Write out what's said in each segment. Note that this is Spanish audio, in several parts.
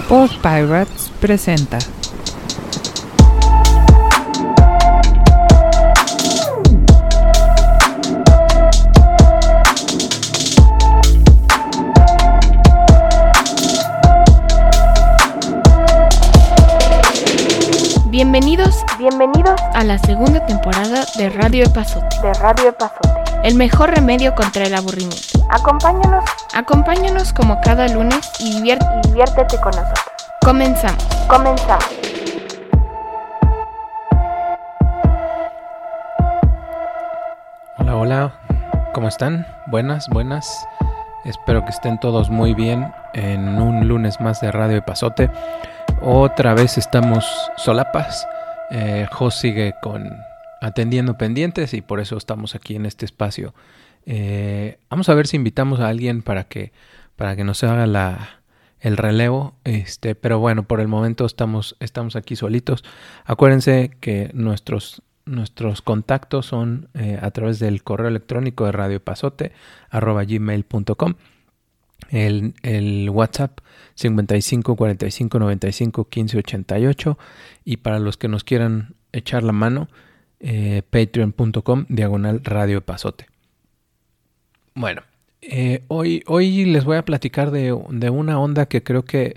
Pod Pirates presenta. Bienvenidos a la segunda temporada de Radio Epazote. El mejor remedio contra el aburrimiento. Acompáñanos como cada lunes y diviértete con nosotros. Comenzamos. Hola, ¿cómo están? Buenas. Espero que estén todos muy bien en un lunes más de Radio Epazote. Otra vez estamos solapas. Jos sigue atendiendo pendientes y por eso estamos aquí en este espacio. Vamos a ver si invitamos a alguien para que nos haga el relevo. Pero bueno, por el momento estamos aquí solitos. Acuérdense que nuestros contactos son a través del correo electrónico de radioepazote@gmail.com. El WhatsApp 55 45 95 15 88, y para los que nos quieran echar la mano, patreon.com/Radio Epazote. Bueno, hoy les voy a platicar de una onda que creo que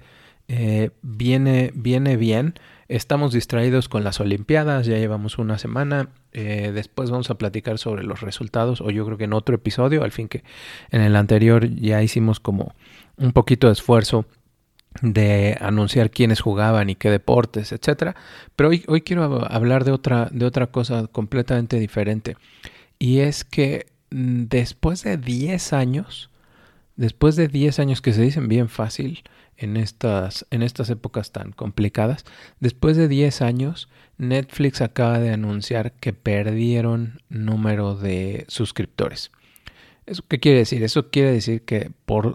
viene bien. Estamos distraídos con las Olimpiadas, ya llevamos una semana. Después vamos a platicar sobre los resultados, o yo creo que en otro episodio, al fin que en el anterior ya hicimos como un poquito de esfuerzo de anunciar quiénes jugaban y qué deportes, etcétera. Pero hoy quiero hablar de otra cosa completamente diferente. Y es que después de 10 años que se dicen bien fácil en estas épocas tan complicadas, después de 10 años, Netflix acaba de anunciar que perdieron número de suscriptores. ¿Eso qué quiere decir? Eso quiere decir que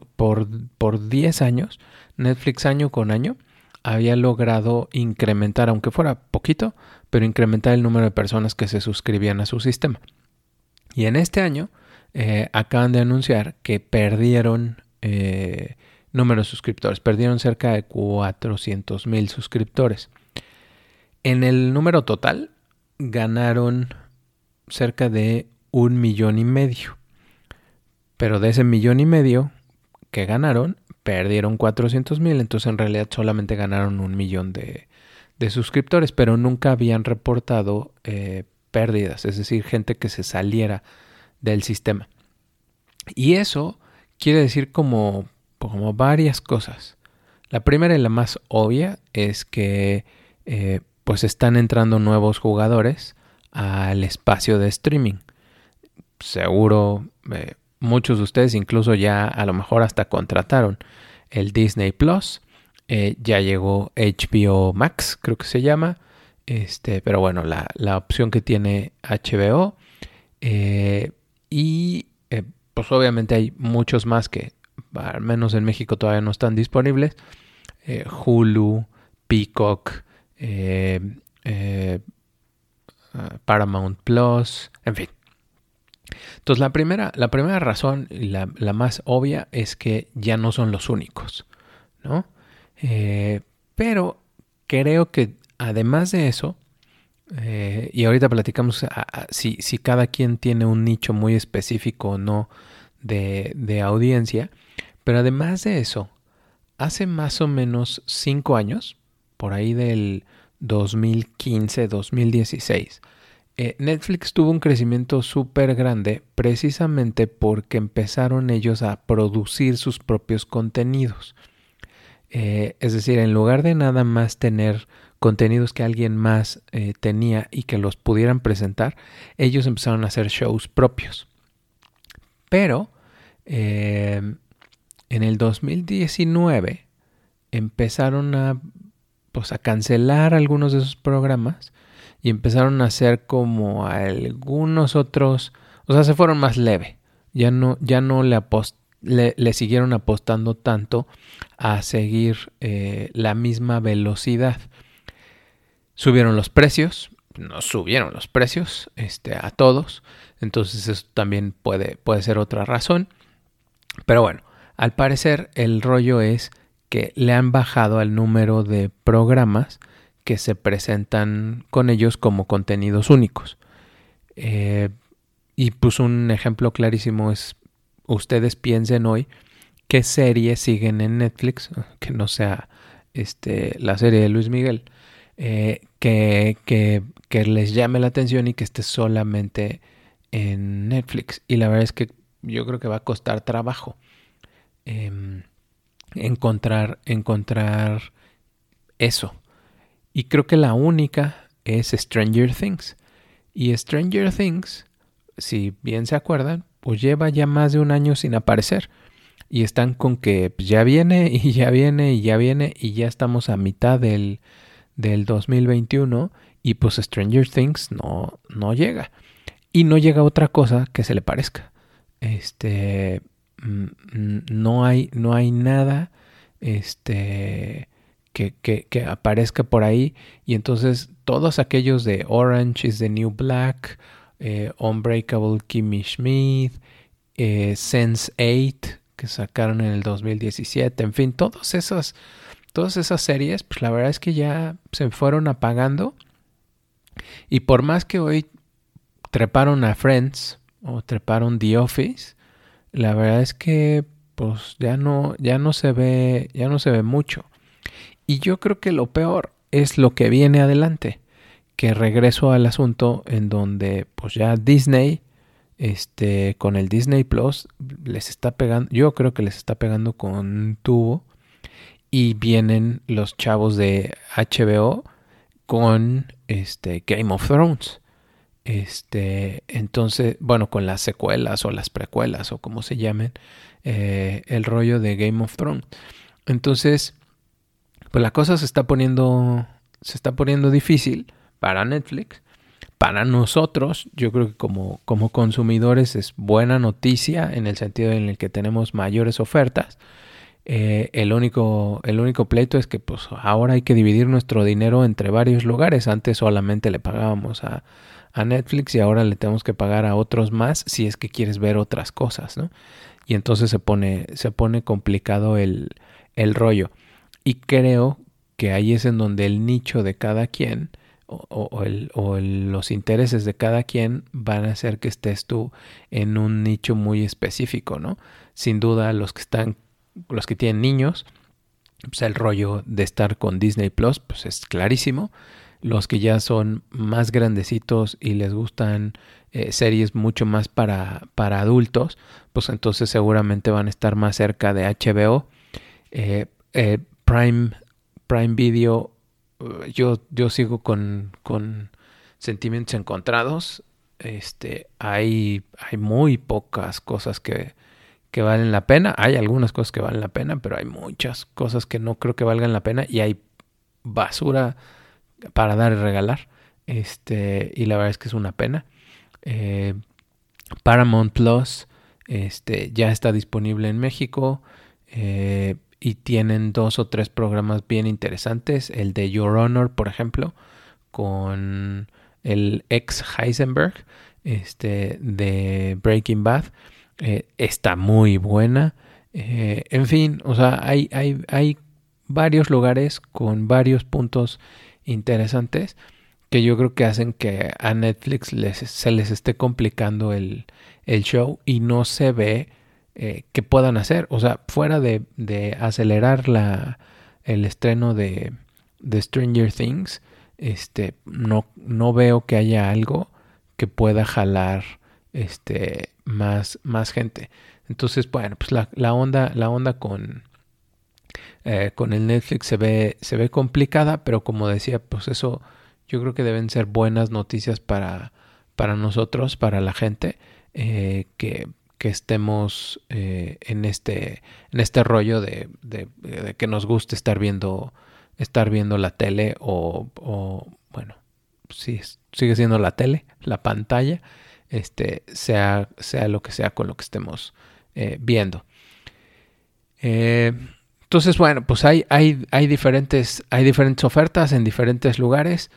por 10 años, Netflix año con año había logrado incrementar, aunque fuera poquito, pero incrementar el número de personas que se suscribían a su sistema. Y en este año acaban de anunciar que perdieron número de suscriptores. Perdieron cerca de 400,000 suscriptores. En el número total ganaron cerca de 1,5 millones. Pero de ese 1,5 millones que ganaron, perdieron 400,000. Entonces en realidad solamente ganaron 1 millón de suscriptores, pero nunca habían reportado pérdidas, es decir, gente que se saliera del sistema. Y eso quiere decir como varias cosas. La primera y la más obvia es que pues están entrando nuevos jugadores al espacio de streaming. Seguro muchos de ustedes incluso ya a lo mejor hasta contrataron el Disney Plus. Ya llegó HBO Max, creo que se llama. Pero bueno, la opción que tiene HBO. Pues obviamente hay muchos más que al menos en México todavía no están disponibles. Hulu, Peacock, Paramount Plus, en fin. Entonces la primera razón y la más obvia es que ya no son los únicos, ¿no? Pero creo que además de eso, y ahorita platicamos si cada quien tiene un nicho muy específico o no de audiencia, pero además de eso, hace más o menos 5 años, por ahí del 2015-2016, Netflix tuvo un crecimiento súper grande precisamente porque empezaron ellos a producir sus propios contenidos. Es decir, en lugar de nada más tener contenidos que alguien más tenía y que los pudieran presentar, ellos empezaron a hacer shows propios. Pero en el 2019 empezaron a cancelar algunos de esos programas y empezaron a hacer como algunos otros, o sea, se fueron más leve. Ya no le siguieron apostando tanto a seguir la misma velocidad. Subieron los precios, no subieron los precios a todos, entonces eso también puede ser otra razón. Pero bueno, al parecer el rollo es que le han bajado al número de programas que se presentan con ellos como contenidos únicos. Y pues un ejemplo clarísimo es, ustedes piensen hoy qué series siguen en Netflix, que no sea la serie de Luis Miguel, que les llame la atención y que esté solamente en Netflix. Y la verdad es que yo creo que va a costar trabajo encontrar eso. Y creo que la única es Stranger Things. Y Stranger Things, si bien se acuerdan, pues lleva ya más de un año sin aparecer. Y están con que pues, ya viene y ya viene y ya viene y ya estamos a mitad del 2021 y pues Stranger Things no llega. Y no llega otra cosa que se le parezca. No hay nada que aparezca por ahí. Y entonces todos aquellos de Orange is the New Black, Unbreakable Kimmy Schmidt, Sense8 que sacaron en el 2017, en fin, todas esas series, pues la verdad es que ya se fueron apagando. Y por más que hoy treparon a Friends o treparon The Office, la verdad es que pues ya no se ve mucho. Y yo creo que lo peor es lo que viene adelante, que regreso al asunto en donde pues ya Disney con el Disney Plus les está pegando, yo creo que les está pegando con tubo, y vienen los chavos de HBO con Game of Thrones. Entonces, bueno, con las secuelas o las precuelas o como se llamen, el rollo de Game of Thrones. Entonces, pues la cosa se está poniendo difícil para Netflix. Para nosotros, yo creo que como consumidores es buena noticia en el sentido en el que tenemos mayores ofertas. El único pleito es que pues ahora hay que dividir nuestro dinero entre varios lugares. Antes solamente le pagábamos a Netflix y ahora le tenemos que pagar a otros más si es que quieres ver otras cosas, ¿no? Y entonces se pone complicado el rollo. Y creo que ahí es en donde el nicho de cada quien los intereses de cada quien van a hacer que estés tú en un nicho muy específico, ¿no? Sin duda los que tienen niños, pues el rollo de estar con Disney Plus pues es clarísimo. Los que ya son más grandecitos y les gustan series mucho más para adultos, pues entonces seguramente van a estar más cerca de HBO. Prime Video, yo sigo con sentimientos encontrados. Hay muy pocas cosas que valen la pena. Hay algunas cosas que valen la pena, pero hay muchas cosas que no creo que valgan la pena y hay basura para dar y regalar. Y la verdad es que es una pena. Paramount Plus ya está disponible en México. Y tienen 2 o 3 programas bien interesantes. El de Your Honor, por ejemplo, con el ex Heisenberg de Breaking Bad. Está muy buena. En fin, o sea, hay varios lugares con varios puntos interesantes que yo creo que hacen que a Netflix se les esté complicando el show y no se ve que puedan hacer. O sea, fuera de acelerar el estreno de Stranger Things, no veo que haya algo que pueda jalar más gente. Entonces, bueno, pues la onda con el Netflix se ve complicada, pero como decía, pues eso yo creo que deben ser buenas noticias para nosotros, para la gente, que estemos en este rollo de que nos guste estar viendo la tele o bueno, sí, sigue siendo la tele, la pantalla, sea lo que sea con lo que estemos viendo. Entonces, bueno, pues hay diferentes ofertas en diferentes lugares.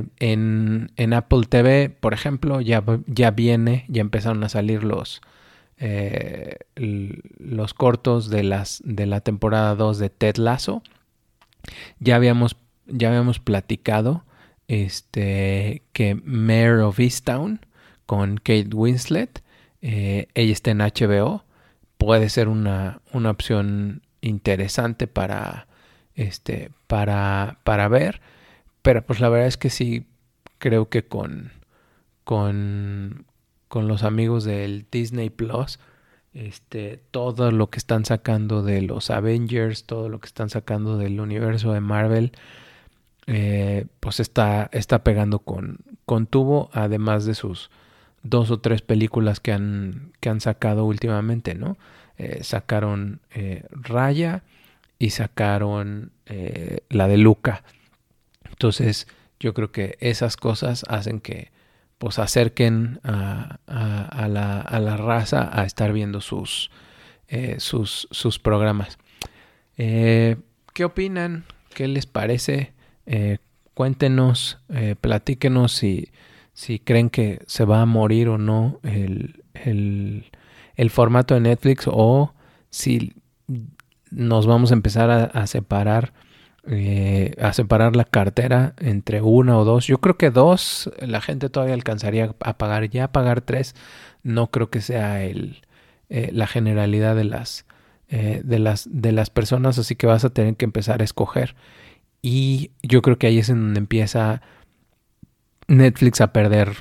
En Apple TV, por ejemplo, ya empezaron a salir los cortos de la temporada 2 de Ted Lasso. Ya habíamos platicado que Mare of Easttown con Kate Winslet, ella está en HBO, puede ser una opción interesante para ver, pero pues la verdad es que sí creo que con los amigos del Disney Plus, todo lo que están sacando de los Avengers, todo lo que están sacando del universo de Marvel, pues está pegando con tubo, además de sus 2 o 3 películas que han sacado últimamente, ¿no? Sacaron Raya y sacaron la de Luca. Entonces yo creo que esas cosas hacen que pues acerquen a la raza a estar viendo sus programas. ¿Qué opinan? ¿Qué les parece? Cuéntenos, platíquenos si creen que se va a morir o no el formato de Netflix, o si nos vamos a empezar a separar la cartera entre 1 o 2. Yo creo que 2 la gente todavía alcanzaría a pagar. Ya pagar 3 no creo que sea la generalidad de las personas, así que vas a tener que empezar a escoger. Y yo creo que ahí es en donde empieza Netflix a perder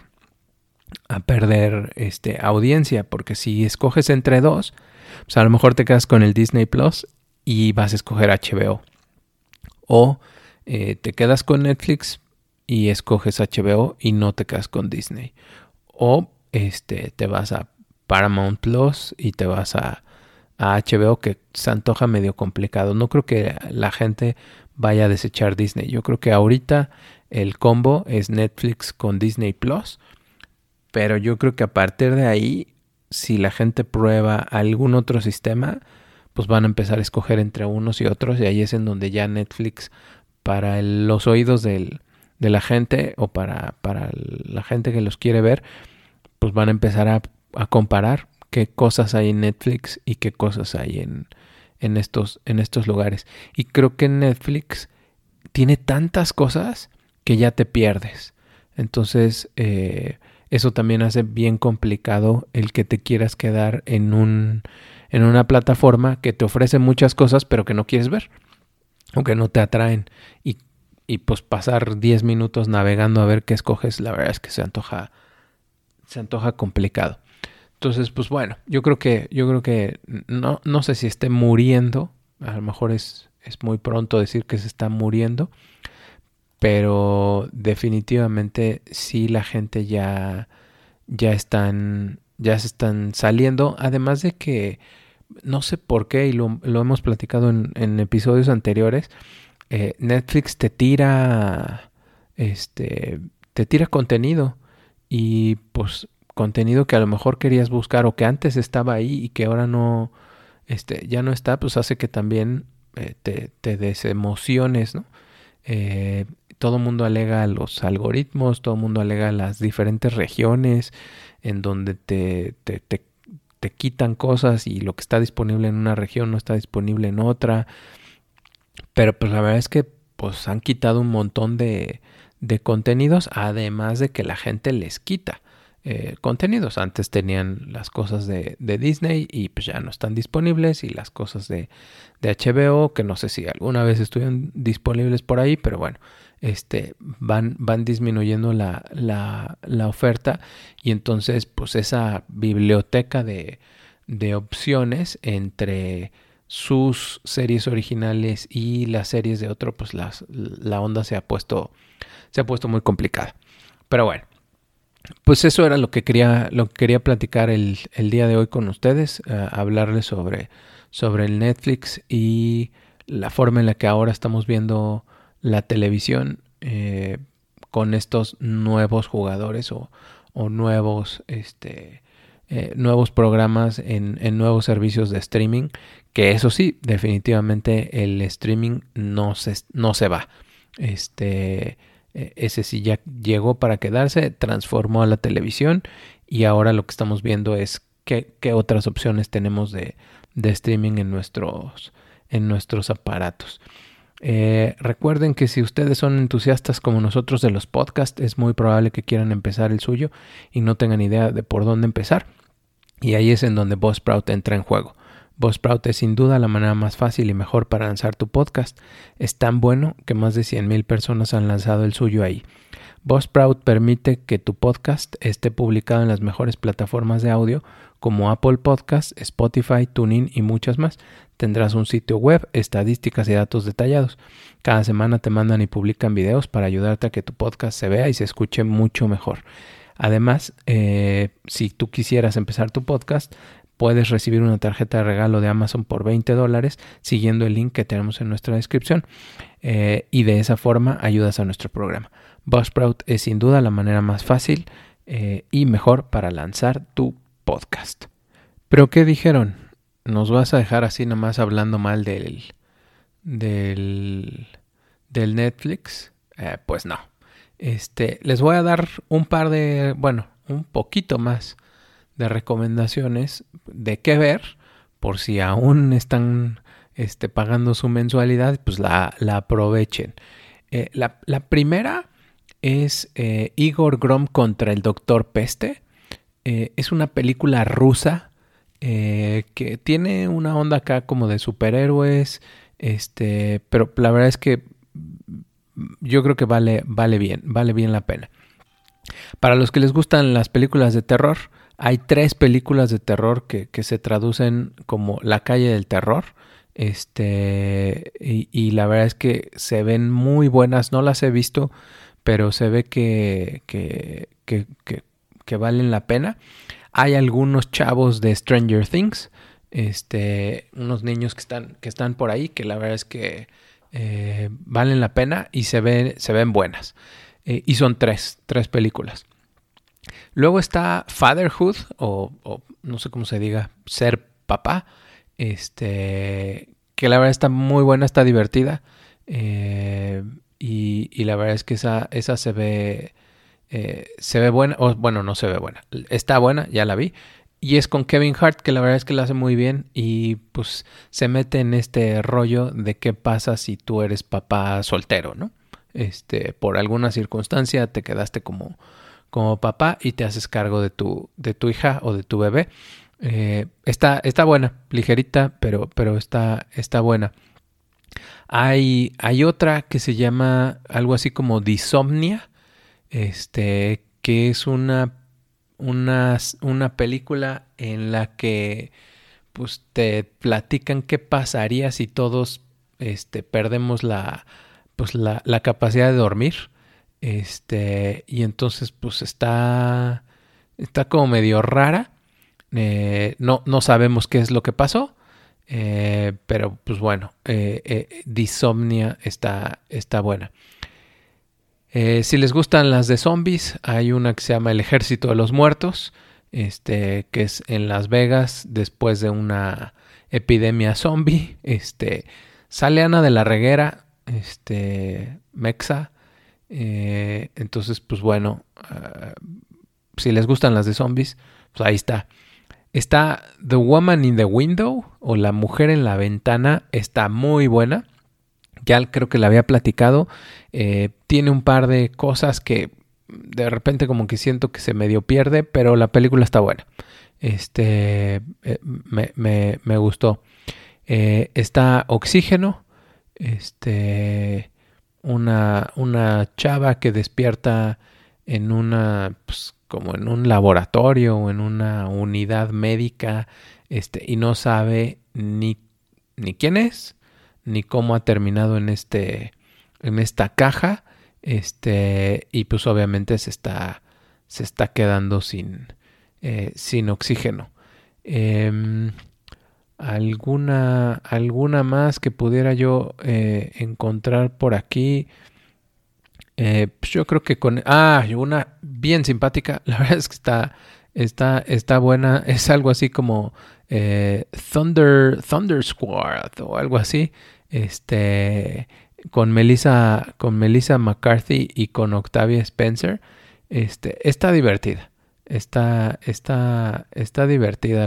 audiencia, porque si escoges entre 2, pues a lo mejor te quedas con el Disney Plus y vas a escoger HBO. O te quedas con Netflix y escoges HBO y no te quedas con Disney. O te vas a Paramount Plus y te vas a HBO, que se antoja medio complicado. No creo que la gente vaya a desechar Disney. Yo creo que ahorita el combo es Netflix con Disney Plus. Pero yo creo que a partir de ahí, si la gente prueba algún otro sistema, pues van a empezar a escoger entre unos y otros, y ahí es en donde ya Netflix, para los oídos de la gente, o para la gente que los quiere ver, pues van a empezar a comparar qué cosas hay en Netflix y qué cosas hay en estos lugares. Y creo que Netflix tiene tantas cosas que ya te pierdes. Entonces eso también hace bien complicado el que te quieras quedar en una plataforma que te ofrece muchas cosas pero que no quieres ver o que no te atraen, y pues pasar 10 minutos navegando a ver qué escoges, la verdad es que se antoja complicado. Entonces, pues bueno, yo creo que no sé si esté muriendo, a lo mejor es muy pronto decir que se está muriendo, pero definitivamente sí, la gente ya se están saliendo, además de que no sé por qué, y lo hemos platicado en episodios anteriores, Netflix te tira contenido, y pues contenido que a lo mejor querías buscar o que antes estaba ahí y que ahora no, ya no está, pues hace que también te desemociones, ¿no? Todo el mundo alega los algoritmos, todo el mundo alega las diferentes regiones en donde te quitan cosas, y lo que está disponible en una región no está disponible en otra. Pero pues la verdad es que pues han quitado un montón de contenidos, además de que la gente les quita contenidos. Antes tenían las cosas de Disney y pues ya no están disponibles, y las cosas de HBO, que no sé si alguna vez estuvieron disponibles por ahí, pero bueno, van disminuyendo la oferta, y entonces pues esa biblioteca de opciones entre sus series originales y las series de otro, pues la onda se ha puesto muy complicada. Pero bueno, pues eso era lo que quería platicar el día de hoy con ustedes, hablarles sobre el Netflix y la forma en la que ahora estamos viendo la televisión con estos nuevos jugadores o nuevos nuevos programas en nuevos servicios de streaming, que eso sí, definitivamente el streaming no se va. Ese sí ya llegó para quedarse, transformó a la televisión, y ahora lo que estamos viendo es qué otras opciones tenemos de streaming en nuestros aparatos. Recuerden que si ustedes son entusiastas como nosotros de los podcasts, es muy probable que quieran empezar el suyo y no tengan idea de por dónde empezar. Y ahí es en donde Buzzsprout entra en juego. Buzzsprout es sin duda la manera más fácil y mejor para lanzar tu podcast. Es tan bueno que más de 100,000 personas han lanzado el suyo ahí. Buzzsprout permite que tu podcast esté publicado en las mejores plataformas de audio como Apple Podcasts, Spotify, TuneIn y muchas más. Tendrás un sitio web, estadísticas y datos detallados. Cada semana te mandan y publican videos para ayudarte a que tu podcast se vea y se escuche mucho mejor. Además, si tú quisieras empezar tu podcast, puedes recibir una tarjeta de regalo de Amazon por $20 siguiendo el link que tenemos en nuestra descripción. Y de esa forma ayudas a nuestro programa. Buzzsprout es sin duda la manera más fácil y mejor para lanzar tu podcast. ¿Pero qué dijeron? ¿Nos vas a dejar así nomás hablando mal del Netflix? Pues no. Les voy a dar un poquito más de recomendaciones de qué ver por si aún están pagando su mensualidad, pues la aprovechen. La primera es Igor Grom contra el Doctor Peste. Es una película rusa que tiene una onda acá como de superhéroes, pero la verdad es que yo creo que vale bien la pena. Para los que les gustan las películas de terror, hay 3 películas de terror que se traducen como La calle del terror. Y la verdad es que se ven muy buenas. No las he visto, pero se ve que valen la pena. Hay algunos chavos de Stranger Things, unos niños que están por ahí, que la verdad es que valen la pena y se ven buenas. Y son 3 películas. Luego está Fatherhood, o no sé cómo se diga, ser papá, que la verdad está muy buena, está divertida. Y la verdad es que esa se ve buena, o bueno, no se ve buena, está buena, ya la vi. Y es con Kevin Hart, que la verdad es que la hace muy bien y pues se mete en este rollo de qué pasa si tú eres papá soltero, ¿no? Por alguna circunstancia te quedaste como papá y te haces cargo de tu hija o de tu bebé. Está buena, ligerita, pero está buena. Hay otra que se llama algo así como Disomnia, que es una película en la que pues te platican qué pasaría si todos perdemos la capacidad de dormir. Y entonces pues está como medio rara. No sabemos qué es lo que pasó. Pero pues bueno, Disomnia está buena. Si les gustan las de zombies, hay una que se llama El Ejército de los Muertos, que es en Las Vegas después de una epidemia zombie. Sale Ana de la Reguera, Mexa. Entonces pues bueno, si les gustan las de zombies, pues ahí está. Está The Woman in the Window, o La Mujer en la Ventana. Está muy buena. Ya creo que la había platicado. Tiene un par de cosas que de repente como que siento que se medio pierde, pero la película está buena. Me gustó. Está Oxígeno. Una chava que despierta en como en un laboratorio o en una unidad médica, y no sabe ni quién es, ni cómo ha terminado en esta caja, y pues obviamente se está quedando sin oxígeno. Alguna más que pudiera yo encontrar por aquí. Pues yo creo que una bien simpática, la verdad es que está buena. Es algo así como Thunder Squad o algo así, con Melissa McCarthy y con Octavia Spencer. Está divertida. está divertida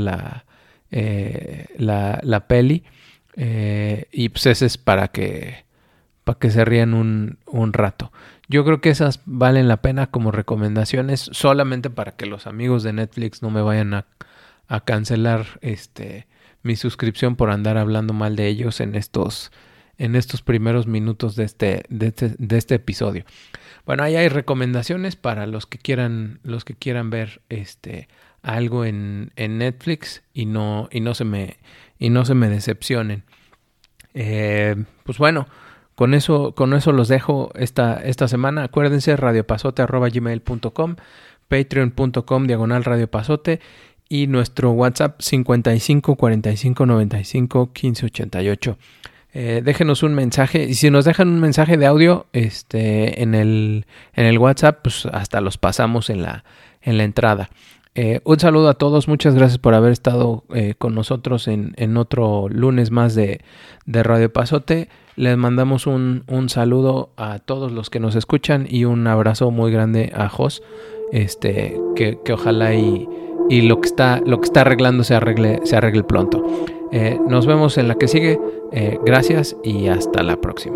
la peli. Y pues ese es para que se rían un rato. Yo creo que esas valen la pena como recomendaciones, solamente para que los amigos de Netflix no me vayan a cancelar mi suscripción por andar hablando mal de ellos en estos primeros minutos de este episodio. Bueno, ahí hay recomendaciones para los que quieran ver algo en Netflix y no se me decepcionen. Pues bueno, con eso los dejo esta semana. Acuérdense, radiopasote@gmail.com, patreon.com/radiopasote y nuestro WhatsApp 55 45 95 15 88. Déjenos un mensaje, y si nos dejan un mensaje de audio en el WhatsApp, pues hasta los pasamos en la entrada. Un saludo a todos, muchas gracias por haber estado con nosotros en otro lunes más de Radio Pasote. Les mandamos un saludo a todos los que nos escuchan y un abrazo muy grande a Jos, que ojalá y lo que está arreglando se arregle pronto. Nos vemos en la que sigue. Gracias y hasta la próxima.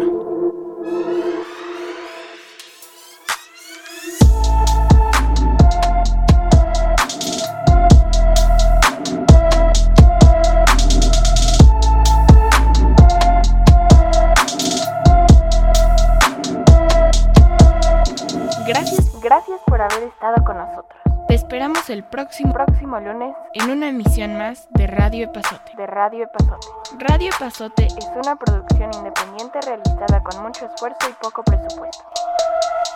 Gracias por haber estado con nosotros. Te esperamos el próximo lunes en una emisión más de Radio Epazote. Radio Epazote es una producción independiente realizada con mucho esfuerzo y poco presupuesto.